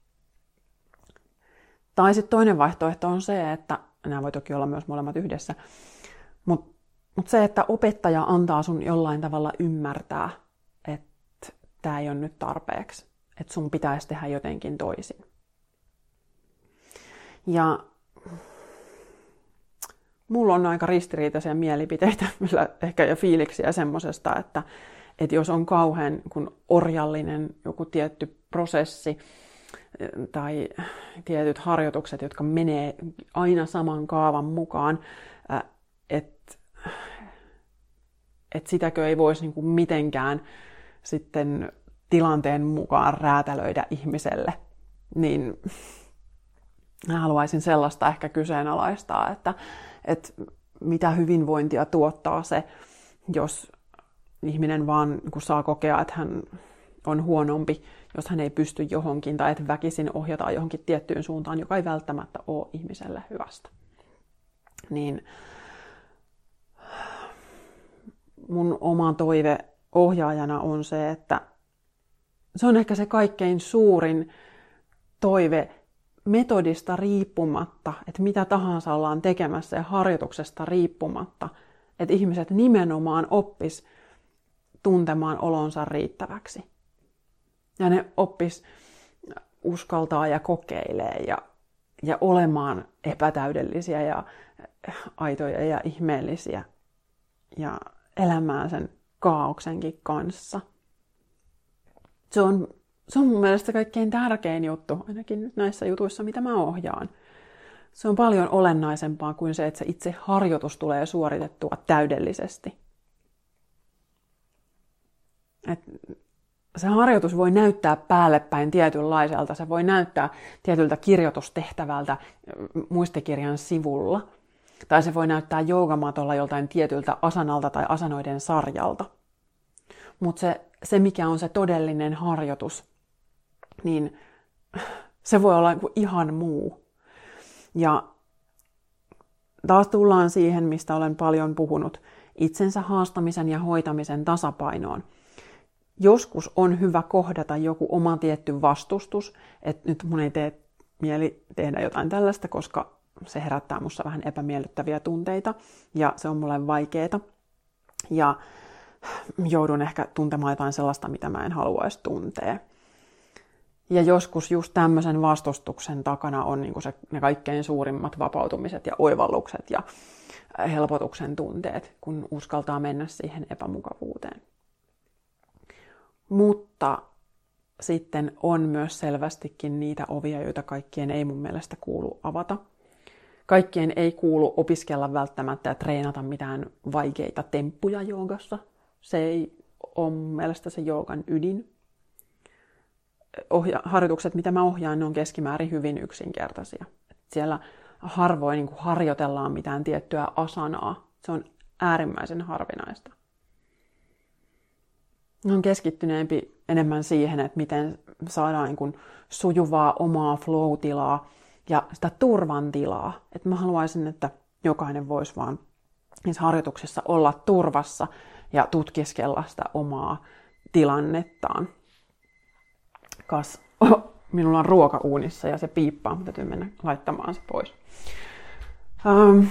Tai sitten toinen vaihtoehto on se, että, nämä voi toki olla myös molemmat yhdessä, mutta mut se, että opettaja antaa sun jollain tavalla ymmärtää, että tämä ei ole nyt tarpeeksi, että sun pitäisi tehdä jotenkin toisin. Ja mulla on aika ristiriitaisia mielipiteitä ehkä ja fiiliksiä semmosesta, että, että jos on kauhean kun orjallinen joku tietty prosessi tai tietyt harjoitukset, jotka menee aina saman kaavan mukaan, että että sitäkö ei voisi niin kuin mitenkään sitten tilanteen mukaan räätälöidä ihmiselle, niin mä haluaisin sellaista ehkä kyseenalaistaa, että, että mitä hyvinvointia tuottaa se, jos ihminen vaan kun saa kokea, että hän on huonompi, jos hän ei pysty johonkin tai että väkisin ohjataan johonkin tiettyyn suuntaan, joka ei välttämättä ole ihmiselle hyvästä. Niin mun oma toive ohjaajana on se, että se on ehkä se kaikkein suurin toive metodista riippumatta, että mitä tahansa ollaan tekemässä ja harjoituksesta riippumatta, että ihmiset nimenomaan oppis tuntemaan olonsa riittäväksi. Ja ne oppis uskaltaa ja kokeilee ja, ja olemaan epätäydellisiä ja aitoja ja ihmeellisiä ja elämään sen kaaoksenkin kanssa. Se on, se on mun mielestä kaikkein tärkein juttu, ainakin nyt näissä jutuissa, mitä mä ohjaan. Se on paljon olennaisempaa kuin se, että se itse harjoitus tulee suoritettua täydellisesti. Et se harjoitus voi näyttää päällepäin tietynlaiselta, se voi näyttää tietyltä kirjoitustehtävältä muistikirjan sivulla, tai se voi näyttää joogamatolla joltain tietyltä asanalta tai asanoiden sarjalta. Mutta se, se, mikä on se todellinen harjoitus, niin se voi olla ihan muu. Ja taas tullaan siihen, mistä olen paljon puhunut, itsensä haastamisen ja hoitamisen tasapainoon. Joskus on hyvä kohdata joku oma tietty vastustus, että nyt mun ei tee mieli tehdä jotain tällaista, koska se herättää musta vähän epämiellyttäviä tunteita ja se on mulle vaikeeta. Ja joudun ehkä tuntemaan jotain sellaista, mitä mä en haluaisi tuntea. Ja joskus just tämmöisen vastustuksen takana on niinku se, ne kaikkein suurimmat vapautumiset ja oivallukset ja helpotuksen tunteet, kun uskaltaa mennä siihen epämukavuuteen. Mutta sitten on myös selvästikin niitä ovia, joita kaikkien ei mun mielestä kuulu avata. Kaikkien ei kuulu opiskella välttämättä ja treenata mitään vaikeita temppuja joogassa. Se ei ole mun mielestä se joogan ydin. Ohja- harjoitukset, mitä mä ohjaan, ne on keskimäärin hyvin yksinkertaisia. Siellä harvoin niin kuin harjoitellaan mitään tiettyä asanaa. Se on äärimmäisen harvinaista. On keskittyneempi enemmän siihen, että miten saadaan niin kuin sujuvaa omaa flow-tilaa ja sitä turvan tilaa. Että mä haluaisin, että jokainen voisi vaan niissä harjoituksissa olla turvassa ja tutkiskella sitä omaa tilannettaan. Kas, oh, minulla on ruoka uunissa ja se piippaa, mutta täytyy mennä laittamaan se pois. Um,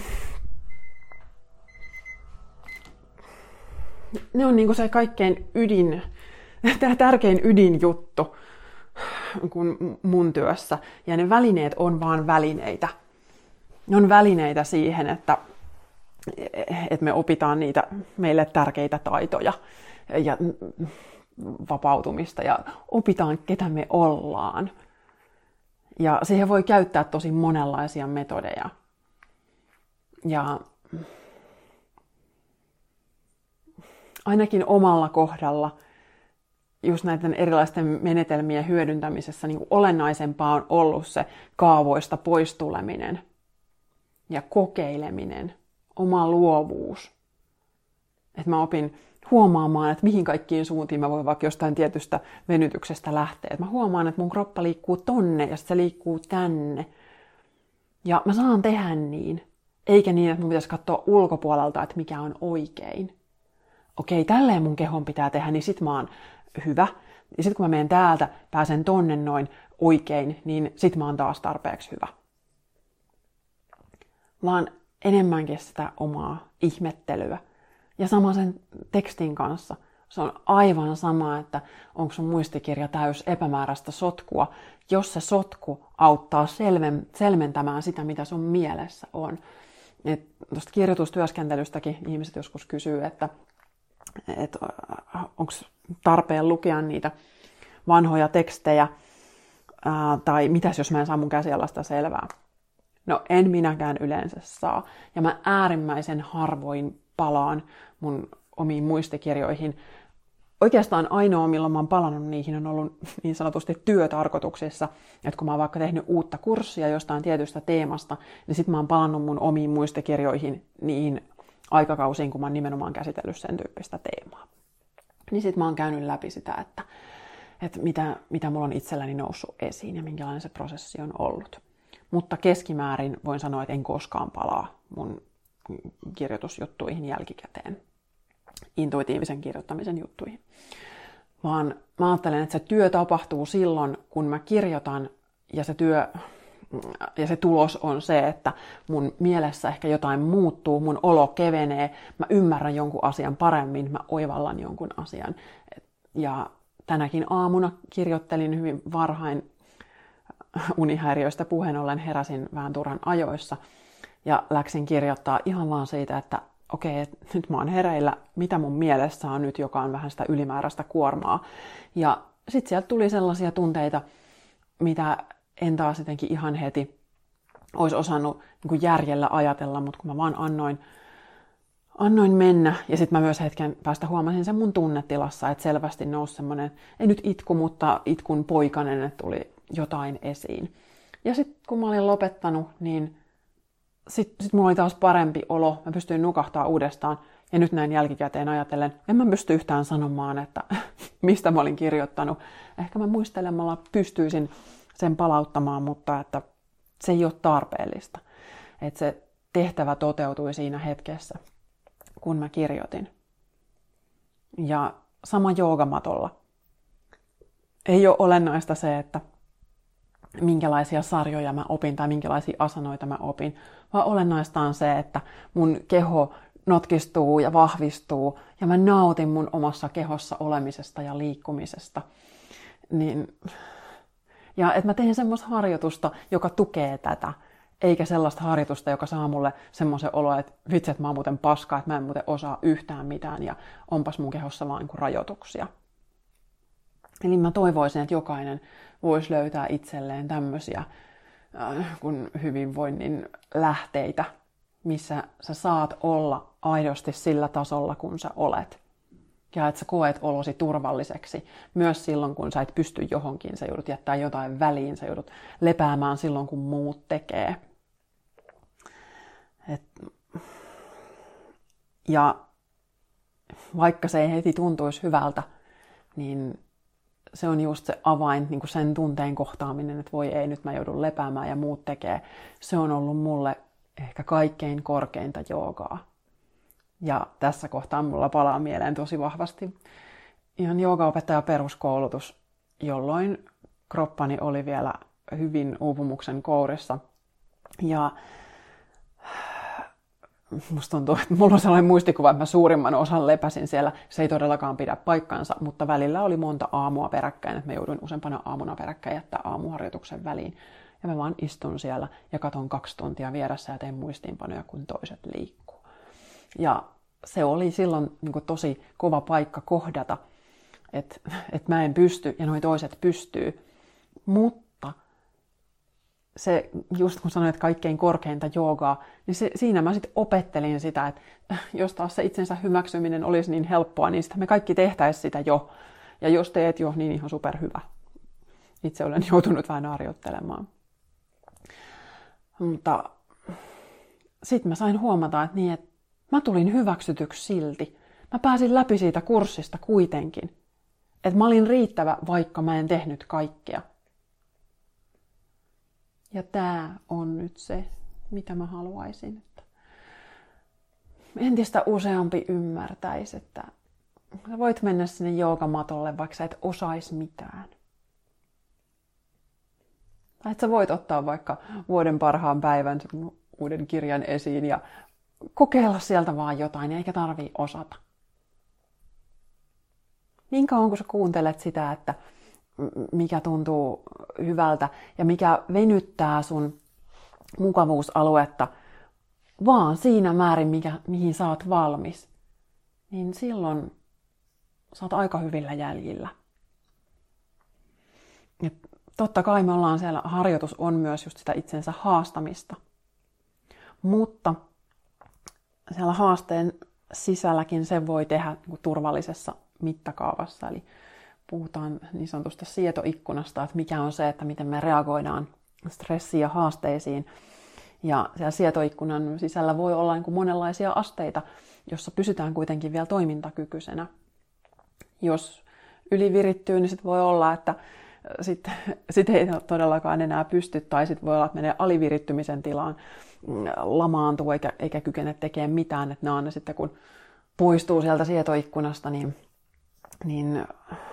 ne on niinku se kaikkein ydin, tärkein ydinjuttu kun mun työssä. Ja ne välineet on vaan välineitä. Ne on välineitä siihen, että, että me opitaan niitä meille tärkeitä taitoja ja vapautumista ja opitaan, ketä me ollaan. Ja siihen voi käyttää tosi monenlaisia metodeja. Ja ainakin omalla kohdalla just näiden erilaisten menetelmien hyödyntämisessä niin kuin olennaisempaa on ollut se kaavoista poistuleminen ja kokeileminen, oma luovuus. Että mä opin huomaamaan, että mihin kaikkiin suuntiin mä voin vaikka jostain tietystä venytyksestä lähteä. Että mä huomaan, että mun kroppa liikkuu tonne ja sitten se liikkuu tänne. Ja mä saan tehdä niin. Eikä niin, että mun pitäisi katsoa ulkopuolelta, että mikä on oikein. Okei, tälleen mun kehon pitää tehdä, niin sit mä oon hyvä. Ja sit kun mä menen täältä, pääsen tonne noin oikein, niin sit mä oon taas tarpeeksi hyvä. Vaan enemmänkin sitä omaa ihmettelyä. Ja sama sen tekstin kanssa. Se on aivan sama, että onko sun muistikirja täys epämääräistä sotkua, jos se sotku auttaa selven, selventämään sitä, mitä sun mielessä on. Tuosta kirjoitustyöskentelystäkin ihmiset joskus kysyy, että, että onko tarpeen lukea niitä vanhoja tekstejä, ää, tai mitäs jos mä en saa mun käsialasta selvää. No en minäkään yleensä saa. Ja mä äärimmäisen harvoin palaan mun omiin muistikirjoihin. Oikeastaan ainoa, milloin mä oon palannut niihin, on ollut niin sanotusti työtarkoituksissa. Että kun mä oon vaikka tehnyt uutta kurssia jostain tietystä teemasta, niin sit mä oon palannut mun omiin muistikirjoihin niihin aikakausiin, kun mä oon nimenomaan käsitellyt sen tyyppistä teemaa. Niin sit mä oon käynyt läpi sitä, että, että mitä, mitä mulla on itselläni noussut esiin ja minkälainen se prosessi on ollut. Mutta keskimäärin voin sanoa, että en koskaan palaa mun kirjoitusjuttuihin jälkikäteen. Intuitiivisen kirjoittamisen juttuihin. Vaan mä ajattelen, että se työ tapahtuu silloin, kun mä kirjoitan ja se työ ja se tulos on se, että mun mielessä ehkä jotain muuttuu, mun olo kevenee, mä ymmärrän jonkun asian paremmin, mä oivallan jonkun asian. Ja tänäkin aamuna kirjoittelin hyvin varhain unihäiriöistä puheen ollen, heräsin vähän turhan ajoissa ja läksin kirjoittaa ihan vaan siitä, että okei, okay, nyt mä oon hereillä, mitä mun mielessä on nyt, joka on vähän sitä ylimääräistä kuormaa. Ja sit sieltä tuli sellaisia tunteita, mitä en taas jotenkin ihan heti olisi osannut niin kuin järjellä ajatella, mutta kun mä vaan annoin, annoin mennä, ja sitten mä myös hetken päästä huomasin sen mun tunnetilassa, että selvästi nousi semmoinen, ei nyt itku, mutta itkun poikainen, että tuli jotain esiin. Ja sitten kun mä olin lopettanut, niin sitten sit mulla oli taas parempi olo, mä pystyin nukahtaa uudestaan, ja nyt näin jälkikäteen ajatellen, en mä pysty yhtään sanomaan, että mistä mä olin kirjoittanut. Ehkä mä muistelemalla pystyisin sen palauttamaan, mutta että se ei ole tarpeellista. Että se tehtävä toteutui siinä hetkessä, kun mä kirjoitin. Ja sama joogamatolla. Ei ole olennaista se, että minkälaisia sarjoja mä opin tai minkälaisia asanoita mä opin, vaan olennaista on se, että mun keho notkistuu ja vahvistuu ja mä nautin mun omassa kehossa olemisesta ja liikkumisesta. Niin ja että mä teen semmoista harjoitusta, joka tukee tätä, eikä sellaista harjoitusta, joka saa mulle semmoisen olo, että vitsi, että mä oon muuten paskaa, että mä en muuten osaa yhtään mitään ja onpas mun kehossa vaan niin kuin rajoituksia. Eli mä toivoisin, että jokainen voisi löytää itselleen tämmöisiä äh, kun hyvinvoinnin lähteitä, missä sä saat olla aidosti sillä tasolla, kun sä olet. Ja että sä koet olosi turvalliseksi. Myös silloin, kun sä et pysty johonkin, sä joudut jättää jotain väliin, sä joudut lepäämään silloin, kun muut tekee. Et... Ja vaikka se ei heti tuntuisi hyvältä, niin se on just se avain, niin kuin sen tunteen kohtaaminen, että voi ei, nyt mä joudun lepäämään ja muut tekee. Se on ollut mulle ehkä kaikkein korkeinta joogaa. Ja tässä kohtaa mulla palaa mieleen tosi vahvasti ihan joogaopettaja peruskoulutus, jolloin kroppani oli vielä hyvin uupumuksen kourissa. Ja musta tuntuu, että mulla on sellainen muistikuva, että mä suurimman osan lepäsin siellä. Se ei todellakaan pidä paikkansa, mutta välillä oli monta aamua peräkkäin, että mä jouduin useampana aamuna peräkkäin jättää aamuharjoituksen väliin. Ja mä vaan istun siellä ja katon kaksi tuntia vieressä ja teen muistiinpanoja, kun toiset liikkuu. Ja se oli silloin niin kuin tosi kova paikka kohdata, että, että mä en pysty ja noi toiset pystyy. Mutta se, just kun sanoin, että kaikkein korkeinta joogaa, niin se, siinä mä sitten opettelin sitä, että jos taas se itsensä hyväksyminen olisi niin helppoa, niin sitä me kaikki tehtäisiin sitä jo. Ja jos teet jo, niin ihan superhyvä. Itse olen joutunut vähän harjoittelemaan. Mutta sitten mä sain huomata, että niin, että mä tulin hyväksytyksi silti. Mä pääsin läpi siitä kurssista kuitenkin. Että mä olin riittävä, vaikka mä en tehnyt kaikkea. Ja tää on nyt se, mitä mä haluaisin. Että entistä useampi ymmärtäisi, että sä voit mennä sinne joogamatolle, vaikka sä et osais mitään. Tai että sä voit ottaa vaikka vuoden parhaan päivän uuden kirjan esiin ja kokeilla sieltä vaan jotain, eikä tarvii osata. Niin kauan kun sä kuuntelet sitä, että mikä tuntuu hyvältä ja mikä venyttää sun mukavuusaluetta vaan siinä määrin, mikä, mihin sä oot valmis, niin silloin sä oot aika hyvillä jäljillä. Ja totta kai me ollaan siellä, harjoitus on myös just sitä itsensä haastamista. Mutta siellä haasteen sisälläkin sen voi tehdä niin kuin turvallisessa mittakaavassa. Eli puhutaan niin sanotusta sietoikkunasta, että mikä on se, että miten me reagoidaan stressiin ja haasteisiin. Ja siellä sietoikkunan sisällä voi olla niin kuin monenlaisia asteita, jossa pysytään kuitenkin vielä toimintakykyisenä. Jos ylivirittyy, niin sit voi olla, että sitten sit ei todellakaan enää pysty, tai sitten voi olla, että menee alivirittymisen tilaan, lamaantuu eikä, eikä kykene tekemään mitään. Että nämä on ne sitten, kun poistuu sieltä sietoikkunasta, niin, niin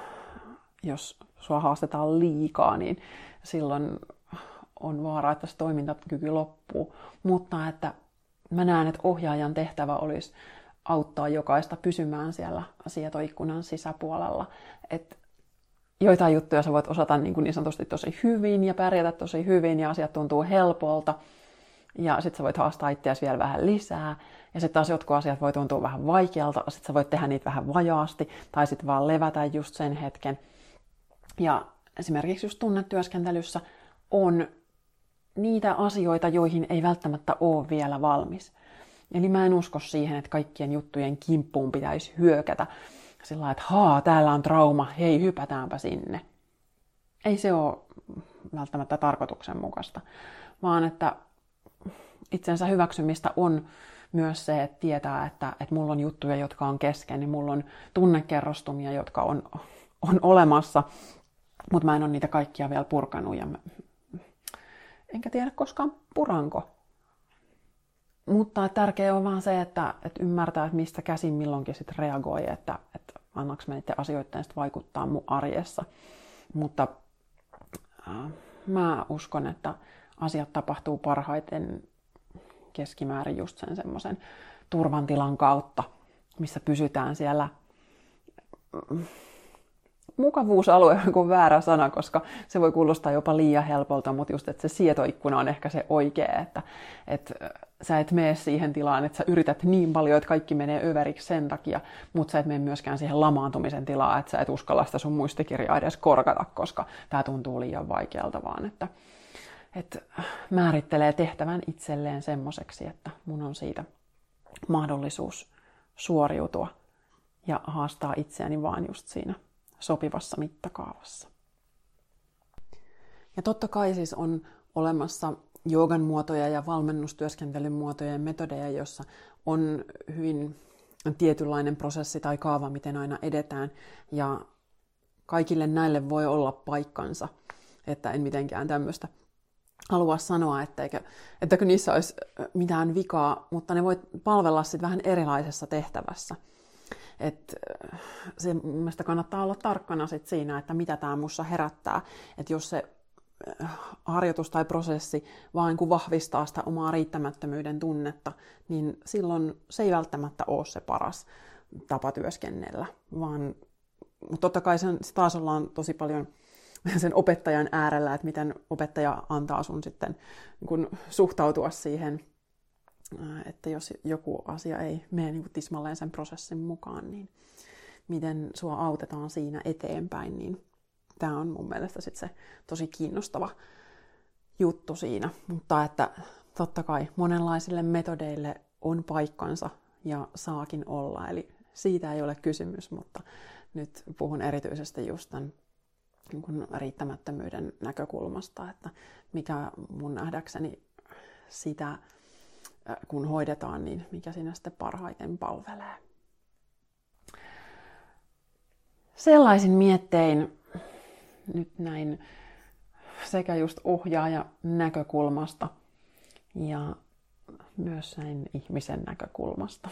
jos sua haastetaan liikaa, niin silloin on vaara, että se toimintakyky loppuu. Mutta että mä näen, että ohjaajan tehtävä olisi auttaa jokaista pysymään siellä sietoikkunan sisäpuolella. Että joitain juttuja sä voit osata niin, kuin niin sanotusti tosi hyvin ja pärjätä tosi hyvin ja asiat tuntuu helpolta. Ja sit sä voit haastaa itseäsi vielä vähän lisää. Ja sitten taas jotkut asiat voi tuntua vähän vaikealta. Sit sä voit tehdä niitä vähän vajaasti tai sitten vaan levätä just sen hetken. Ja esimerkiksi just tunnetyöskentelyssä on niitä asioita, joihin ei välttämättä ole vielä valmis. Eli mä en usko siihen, että kaikkien juttujen kimppuun pitäisi hyökätä. Sillä lailla, että haa, täällä on trauma, hei, hypätäänpä sinne. Ei se ole välttämättä tarkoituksenmukaista, vaan että itsensä hyväksymistä on myös se, että tietää, että, että mulla on juttuja, jotka on kesken, niin mulla on tunnekerrostumia, jotka on, on olemassa, mutta mä en ole niitä kaikkia vielä purkanut ja mä, enkä tiedä koskaan puranko. Mutta tärkeää on vaan se, että, että ymmärtää, että mistä käsin milloinkin sit reagoi, että, että annaks mä niiden asioiden sit vaikuttaa mun arjessa. Mutta äh, mä uskon, että asiat tapahtuu parhaiten keskimäärin just sen semmoisen turvantilan kautta, missä pysytään siellä. Mukavuusalue on väärä sana, koska se voi kuulostaa jopa liian helpolta, mutta just, että se sietoikkuna on ehkä se oikea, että, että sä et mene siihen tilaan, että sä yrität niin paljon, että kaikki menee överiksi sen takia, mutta sä et mene myöskään siihen lamaantumisen tilaan, että sä et uskalla sitä sun muistikirjaa edes korkata, koska tää tuntuu liian vaikealta vaan, että, että määrittelee tehtävän itselleen semmoiseksi, että mun on siitä mahdollisuus suoriutua ja haastaa itseäni vaan just siinä sopivassa mittakaavassa. Ja totta kai siis on olemassa joogan muotoja ja valmennustyöskentelyn muotoja ja metodeja, joissa on hyvin tietynlainen prosessi tai kaava, miten aina edetään. Ja kaikille näille voi olla paikkansa, että en mitenkään tämmöistä halua sanoa, etteikö, ettäkö niissä olisi mitään vikaa, mutta ne voi palvella sitten vähän erilaisessa tehtävässä. Et se mun mielestä kannattaa olla tarkkana sit siinä, että mitä tämä mussa herättää. Että jos se harjoitus tai prosessi vaan kun vahvistaa sitä omaa riittämättömyyden tunnetta, niin silloin se ei välttämättä ole se paras tapa työskennellä. Vaan, mutta totta kai sen, taas ollaan tosi paljon sen opettajan äärellä, että miten opettaja antaa sun sitten niin kun suhtautua siihen, että jos joku asia ei mene niin kuin tismalleen sen prosessin mukaan, niin miten sua autetaan siinä eteenpäin, niin tämä on mun mielestä sit se tosi kiinnostava juttu siinä. Mutta että totta kai monenlaisille metodeille on paikkansa ja saakin olla, eli siitä ei ole kysymys, mutta nyt puhun erityisesti just tämän niin kuin riittämättömyyden näkökulmasta, että mikä mun nähdäkseni sitä kun hoidetaan, niin mikä siinä sitten parhaiten palvelee. Sellaisin miettein nyt näin sekä just ohjaaja näkökulmasta ja myös näin ihmisen näkökulmasta.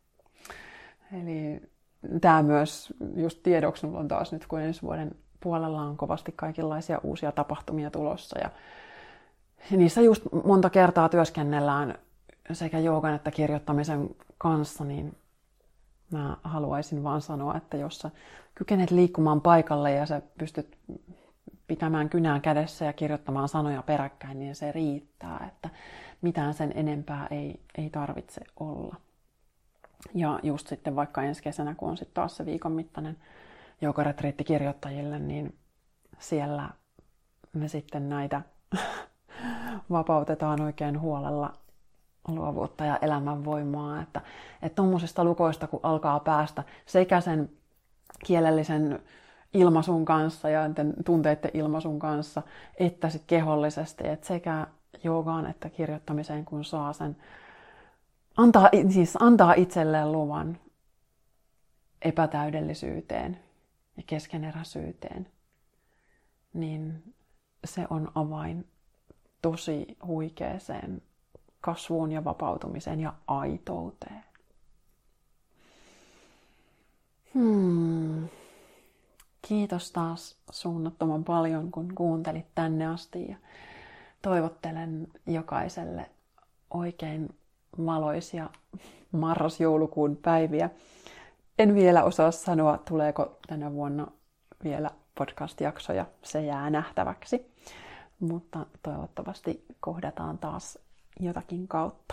Eli tämä myös just tiedoksi on taas nyt, kun ensi vuoden puolella on kovasti kaikenlaisia uusia tapahtumia tulossa ja niissä just monta kertaa työskennellään sekä joogan että kirjoittamisen kanssa, niin mä haluaisin vaan sanoa, että jos sä kykenet liikkumaan paikalle ja sä pystyt pitämään kynää kädessä ja kirjoittamaan sanoja peräkkäin, niin se riittää, että mitään sen enempää ei, ei tarvitse olla. Ja just sitten vaikka ensi kesänä, kun on sitten taas se viikon mittainen joogaretriitti kirjoittajille, niin siellä me sitten näitä vapautetaan oikein huolella luovuutta ja elämänvoimaa. Että tuommoisista lukoista, kun alkaa päästä sekä sen kielellisen ilmaisun kanssa ja tunteiden ilmaisun kanssa, että sit kehollisesti, että sekä joogaan että kirjoittamiseen, kun saa sen, antaa, siis antaa itselleen luvan epätäydellisyyteen ja keskeneräisyyteen, niin se on avain tosi huikeeseen kasvuun ja vapautumiseen ja aitouteen. Hmm. Kiitos taas suunnattoman paljon, kun kuuntelit tänne asti ja toivottelen jokaiselle oikein valoisia marras-joulukuun päiviä. En vielä osaa sanoa, tuleeko tänä vuonna vielä podcast-jaksoja, se jää nähtäväksi, mutta toivottavasti kohdataan taas jotakin kautta.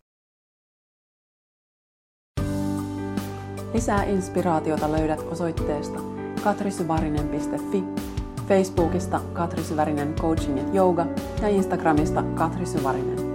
Lisää inspiraatiota löydät osoitteesta katrisyvarinen piste fi, Facebookista Katri Syvärinen Coaching and Yoga ja Instagramista Katri Syvärinen.